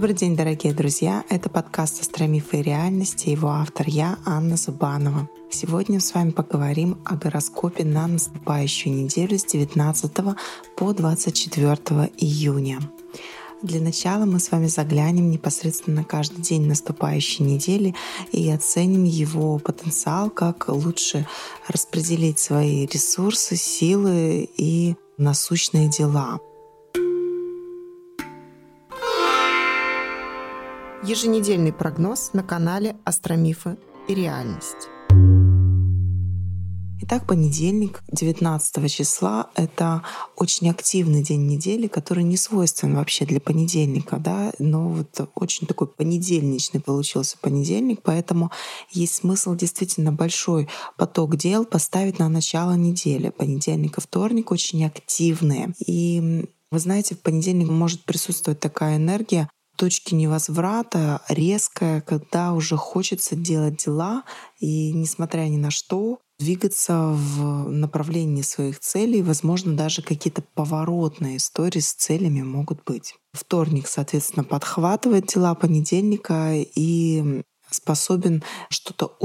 Добрый день, дорогие друзья! Это подкаст «Астромифы и реальности», его автор я, Анна Зубанова. Сегодня с вами поговорим о гороскопе на наступающую неделю с 19 по 24 июня. Для начала мы с вами заглянем непосредственно на каждый день наступающей недели и оценим его потенциал, как лучше распределить свои ресурсы, силы и насущные дела. Еженедельный прогноз на канале «Астромифы и реальность». Итак, понедельник, 19 числа — это очень активный день недели, который не свойствен вообще для понедельника, да, но вот очень такой понедельничный получился понедельник, поэтому есть смысл действительно большой поток дел поставить на начало недели. Понедельник и вторник очень активные. И вы знаете, в понедельник может присутствовать такая энергия точки невозврата, резкая, когда уже хочется делать дела и, несмотря ни на что, двигаться в направлении своих целей. Возможно, даже какие-то поворотные истории с целями могут быть. Вторник, соответственно, подхватывает дела понедельника и способен что-то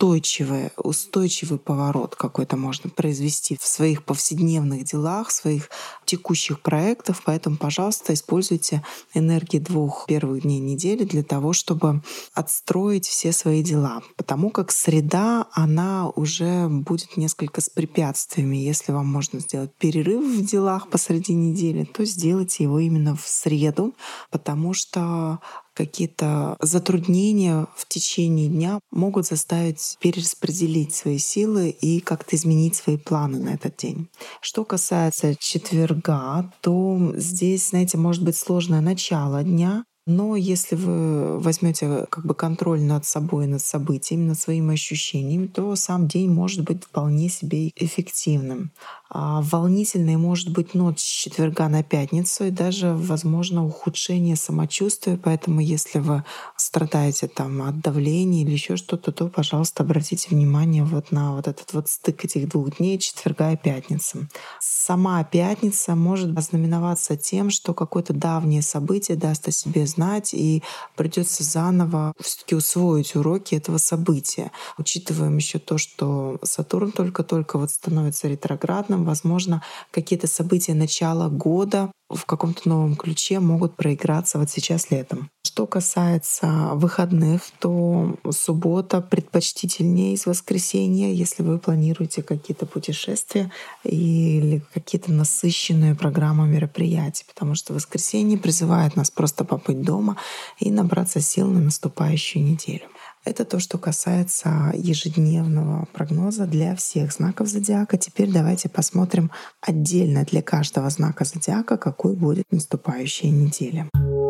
устойчивый поворот какой-то можно произвести в своих повседневных делах, в своих текущих проектах. Поэтому, пожалуйста, используйте энергии 2 первых дней недели для того, чтобы отстроить все свои дела. Потому как среда, она уже будет несколько с препятствиями. Если вам можно сделать перерыв в делах посреди недели, то сделайте его именно в среду, потому что какие-то затруднения в течение дня могут заставить перераспределить свои силы и как-то изменить свои планы на этот день. Что касается четверга, то здесь, знаете, может быть сложное начало дня. Но если вы возьмете контроль над собой, над событиями, над своими ощущениями, то сам день может быть вполне себе эффективным. Волнительной может быть ночь с четверга на пятницу и даже, возможно, ухудшение самочувствия. Поэтому, если вы страдаете от давления или еще что-то, то, пожалуйста, обратите внимание на этот стык этих 2 дней, четверга и пятницы. Сама пятница может ознаменоваться тем, что какое-то давнее событие даст о себе знать, и придется заново все-таки усвоить уроки этого события. Учитываем еще то, что Сатурн только-только становится ретроградным, возможно, какие-то события начала года в каком-то новом ключе могут проиграться вот сейчас летом. Что касается выходных, то суббота предпочтительнее из воскресенья, если вы планируете какие-то путешествия или какие-то насыщенные программы мероприятий, потому что воскресенье призывает нас просто побыть дома и набраться сил на наступающую неделю. Это то, что касается ежедневного прогноза для всех знаков зодиака. Теперь давайте посмотрим отдельно для каждого знака зодиака, какой будет наступающая неделя.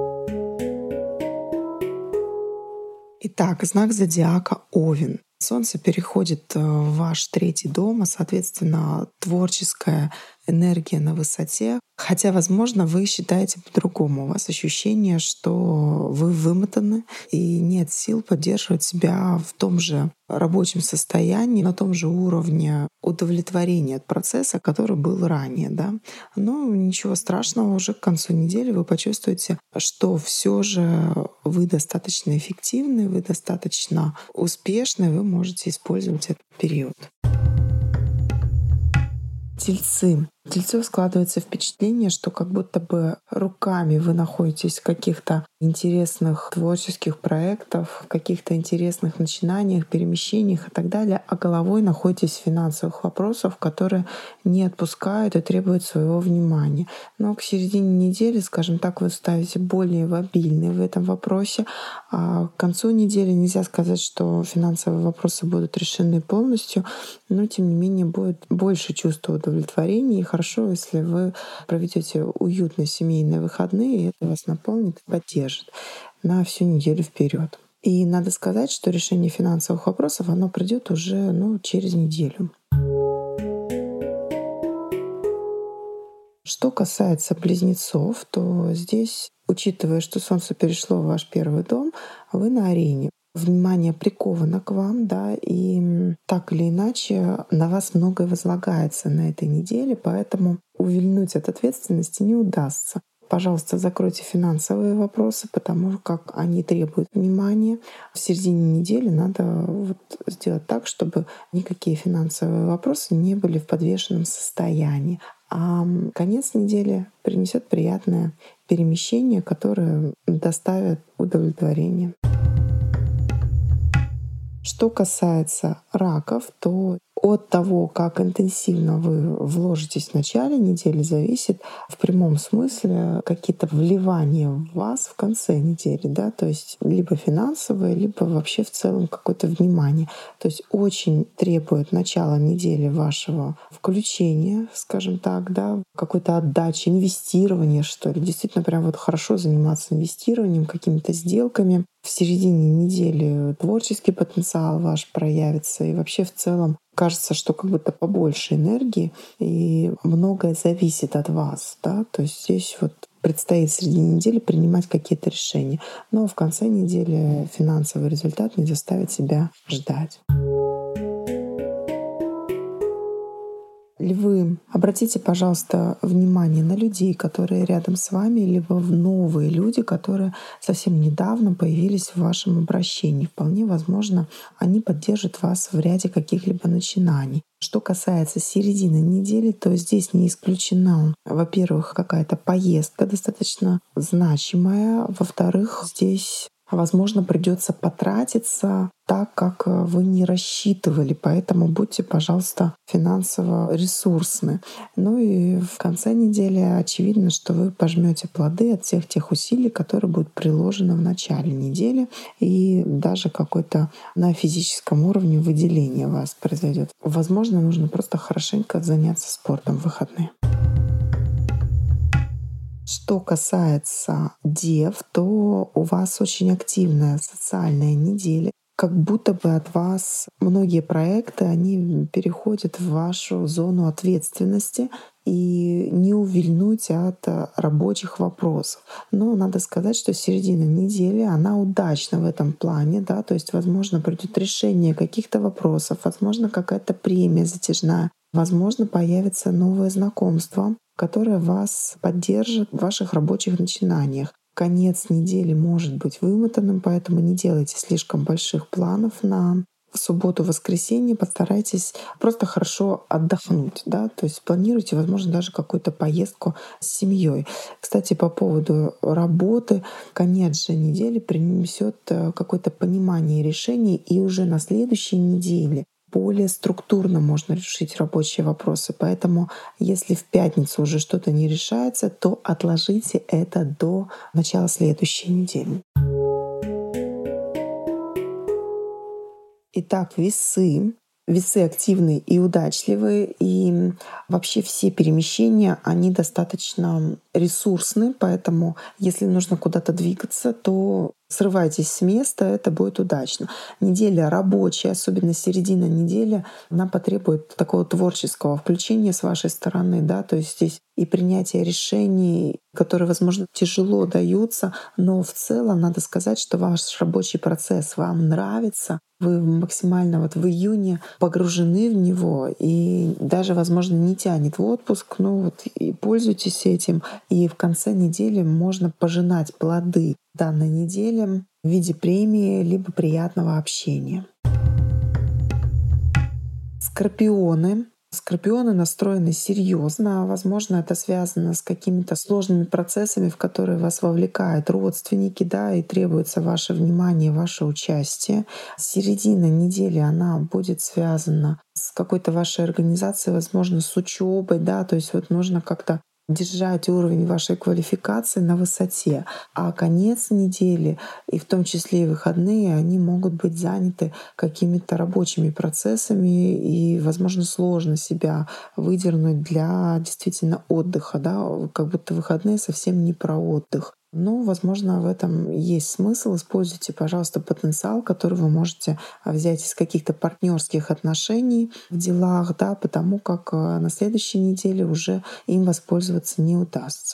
Итак, знак зодиака Овен. Солнце переходит в ваш 3-й дом, а, соответственно, творческая энергия на высоте. Хотя, возможно, вы считаете по-другому. У вас ощущение, что вы вымотаны и нет сил поддерживать себя в том же рабочем состоянии, на том же уровне удовлетворения от процесса, который был ранее. Да? Но ничего страшного, уже к концу недели вы почувствуете, что все же вы достаточно эффективны, вы достаточно успешны, вы можете использовать этот период. Тельцы. У тельцов складывается впечатление, что как будто бы руками вы находитесь в каких-то интересных творческих проектах, в каких-то интересных начинаниях, перемещениях и так далее, а головой находитесь в финансовых вопросах, которые не отпускают и требуют своего внимания. Но к середине недели, скажем так, вы ставите более мобильны в этом вопросе, а к концу недели нельзя сказать, что финансовые вопросы будут решены полностью, но тем не менее будет больше чувства удовлетворения. И хорошо, если вы проведете уютные семейные выходные, и это вас наполнит и поддержит на всю неделю вперед. И надо сказать, что решение финансовых вопросов, оно придет уже через неделю. Что касается близнецов, то здесь, учитывая, что Солнце перешло в ваш 1-й дом, вы на арене. Внимание приковано к вам, да, и так или иначе на вас многое возлагается на этой неделе, поэтому увильнуть от ответственности не удастся. Пожалуйста, закройте финансовые вопросы, потому как они требуют внимания. В середине недели надо вот сделать так, чтобы никакие финансовые вопросы не были в подвешенном состоянии. А конец недели принесет приятное перемещение, которое доставит удовлетворение. Что касается раков, то от того, как интенсивно вы вложитесь в начале недели, зависит в прямом смысле какие-то вливания в вас в конце недели, да, то есть либо финансовые, либо вообще в целом какое-то внимание. То есть очень требует начала недели вашего включения, скажем так, да, какой-то отдачи, инвестирования, что ли. Действительно, прям вот хорошо заниматься инвестированием, какими-то сделками. В середине недели творческий потенциал ваш проявится, и вообще в целом кажется, что как будто побольше энергии, и многое зависит от вас, да, то есть здесь вот предстоит в середине недели принимать какие-то решения, но в конце недели финансовый результат не заставит себя ждать. Львы, обратите, пожалуйста, внимание на людей, которые рядом с вами, либо в новые люди, которые совсем недавно появились в вашем обращении. Вполне возможно, они поддержат вас в ряде каких-либо начинаний. Что касается середины недели, то здесь не исключена, во-первых, какая-то поездка достаточно значимая, во-вторых, здесь возможно, придется потратиться так, как вы не рассчитывали, поэтому будьте, пожалуйста, финансово ресурсны. Ну и в конце недели очевидно, что вы пожмете плоды от всех тех усилий, которые будут приложены в начале недели, и даже какое-то на физическом уровне выделение у вас произойдет. Возможно, нужно просто хорошенько заняться спортом в выходные. Что касается дев, то у вас очень активная социальная неделя. Как будто бы от вас многие проекты, они переходят в вашу зону ответственности, и не увильнуть от рабочих вопросов. Но надо сказать, что середина недели, она удачна в этом плане, да, то есть, возможно, придет решение каких-то вопросов, возможно, какая-то премия затяжная, возможно, появится новое знакомство, которое вас поддержит в ваших рабочих начинаниях. Конец недели может быть вымотанным, поэтому не делайте слишком больших планов на субботу-воскресенье, постарайтесь просто хорошо отдохнуть, да, то есть планируйте, возможно, даже какую-то поездку с семьей. Кстати, по поводу работы, конец же недели принесет какое-то понимание решений, и уже на следующей неделе более структурно можно решить рабочие вопросы. Поэтому, если в пятницу уже что-то не решается, то отложите это до начала следующей недели. Итак, весы. Весы активные и удачливые, и вообще все перемещения, они достаточно ресурсны, поэтому если нужно куда-то двигаться, то срывайтесь с места, это будет удачно. Неделя рабочая, особенно середина недели, она потребует такого творческого включения с вашей стороны, да, то есть здесь и принятие решений, которые, возможно, тяжело даются, но в целом надо сказать, что ваш рабочий процесс вам нравится, вы максимально вот в июне погружены в него, и даже, возможно, не тянет в отпуск, но вот и пользуйтесь этим. И в конце недели можно пожинать плоды данной недели в виде премии либо приятного общения. Скорпионы. Скорпионы настроены серьезно. Возможно, это связано с какими-то сложными процессами, в которые вас вовлекают родственники, да, и требуется ваше внимание, ваше участие. Середина недели она будет связана с какой-то вашей организацией, возможно, с учебой, да, то есть вот нужно как-то держать уровень вашей квалификации на высоте. А конец недели, и в том числе и выходные, они могут быть заняты какими-то рабочими процессами, и, возможно, сложно себя выдернуть для действительно отдыха, да, как будто выходные совсем не про отдых. Но, возможно, в этом есть смысл. Используйте, пожалуйста, потенциал, который вы можете взять из каких-то партнерских отношений в делах, да, потому как на следующей неделе уже им воспользоваться не удастся.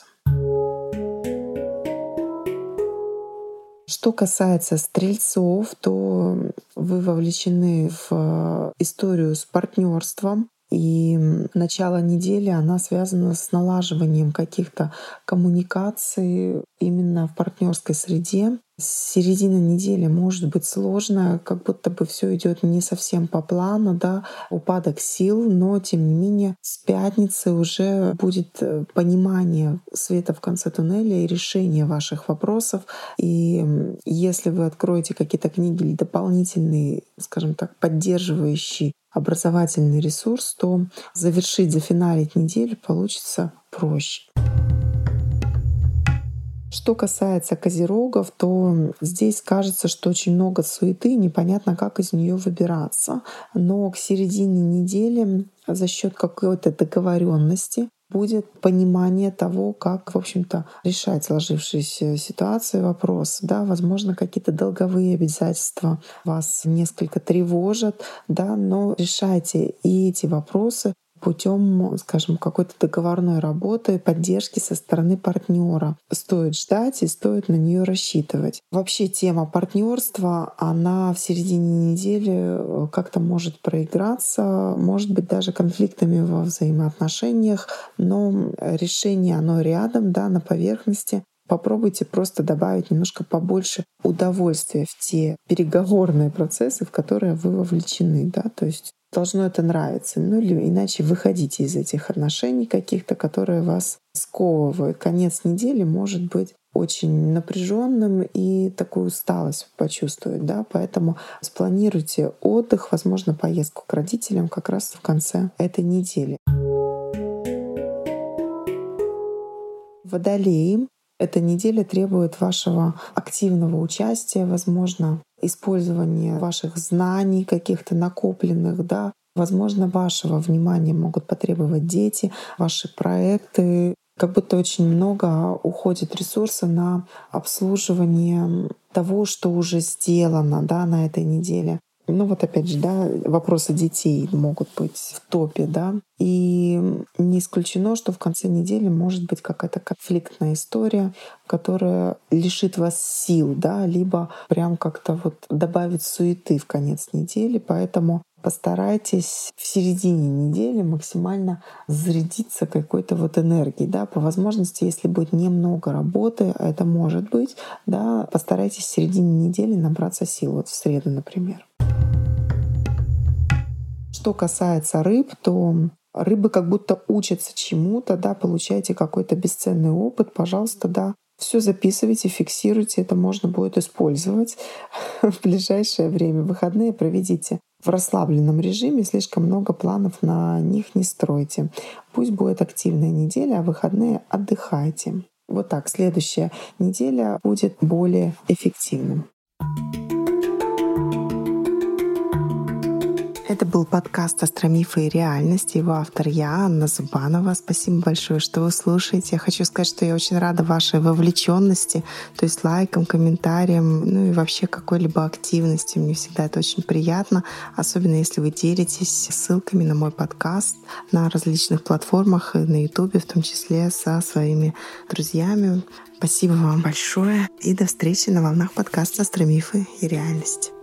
Что касается стрельцов, то вы вовлечены в историю с партнерством. И начало недели, она связана с налаживанием каких-то коммуникаций именно в партнерской среде. Середина недели может быть сложная, как будто бы все идет не совсем по плану, да, упадок сил, но тем не менее с пятницы уже будет понимание света в конце туннеля и решение ваших вопросов. И если вы откроете какие-то книги или дополнительные, скажем так, поддерживающие образовательный ресурс, то зафиналить неделю получится проще. Что касается козерогов, то здесь кажется, что очень много суеты, непонятно, как из нее выбираться. Но к середине недели за счет какой-то договоренности будет понимание того, как, в общем-то, решать сложившиеся ситуации, вопросы. Да, возможно, какие-то долговые обязательства вас несколько тревожат, да, но решайте и эти вопросы путем, скажем, какой-то договорной работы, поддержки со стороны партнера. Стоит ждать и стоит на нее рассчитывать. Вообще тема партнерства, она в середине недели как-то может проиграться, может быть даже конфликтами во взаимоотношениях, но решение оно рядом, да, на поверхности. Попробуйте просто добавить немножко побольше удовольствия в те переговорные процессы, в которые вы вовлечены, да, то есть должно это нравиться. Ну или иначе выходите из этих отношений каких-то, которые вас сковывают. Конец недели может быть очень напряженным и такую усталость почувствовать, да, поэтому спланируйте отдых, возможно, поездку к родителям как раз в конце этой недели. Водолеи. Эта неделя требует вашего активного участия, возможно, использования ваших знаний, каких-то накопленных, да. Возможно, вашего внимания могут потребовать дети, ваши проекты. Как будто очень много уходит ресурса на обслуживание того, что уже сделано, да, на этой неделе. Ну вот опять же, да, вопросы детей могут быть в топе, да. И не исключено, что в конце недели может быть какая-то конфликтная история, которая лишит вас сил, да, либо прям как-то вот добавит суеты в конец недели. Поэтому постарайтесь в середине недели максимально зарядиться какой-то вот энергией, да, по возможности, если будет немного работы, а это может быть, да, постарайтесь в середине недели набраться сил, вот в среду, например. Что касается рыб, то рыбы как будто учатся чему-то, да, получаете какой-то бесценный опыт, пожалуйста, да, все записывайте, фиксируйте, это можно будет использовать в ближайшее время. Выходные проведите в расслабленном режиме, слишком много планов на них не стройте. Пусть будет активная неделя, а выходные отдыхайте. Вот так, следующая неделя будет более эффективным. Это был подкаст «Астромифы и реальность». Его автор я, Анна Зубанова. Спасибо большое, что вы слушаете. Я хочу сказать, что я очень рада вашей вовлеченности, то есть лайкам, комментариям, ну и вообще какой-либо активности. Мне всегда это очень приятно, особенно если вы делитесь ссылками на мой подкаст на различных платформах и на YouTube, в том числе со своими друзьями. Спасибо вам большое и до встречи на волнах подкаста «Астромифы и реальность».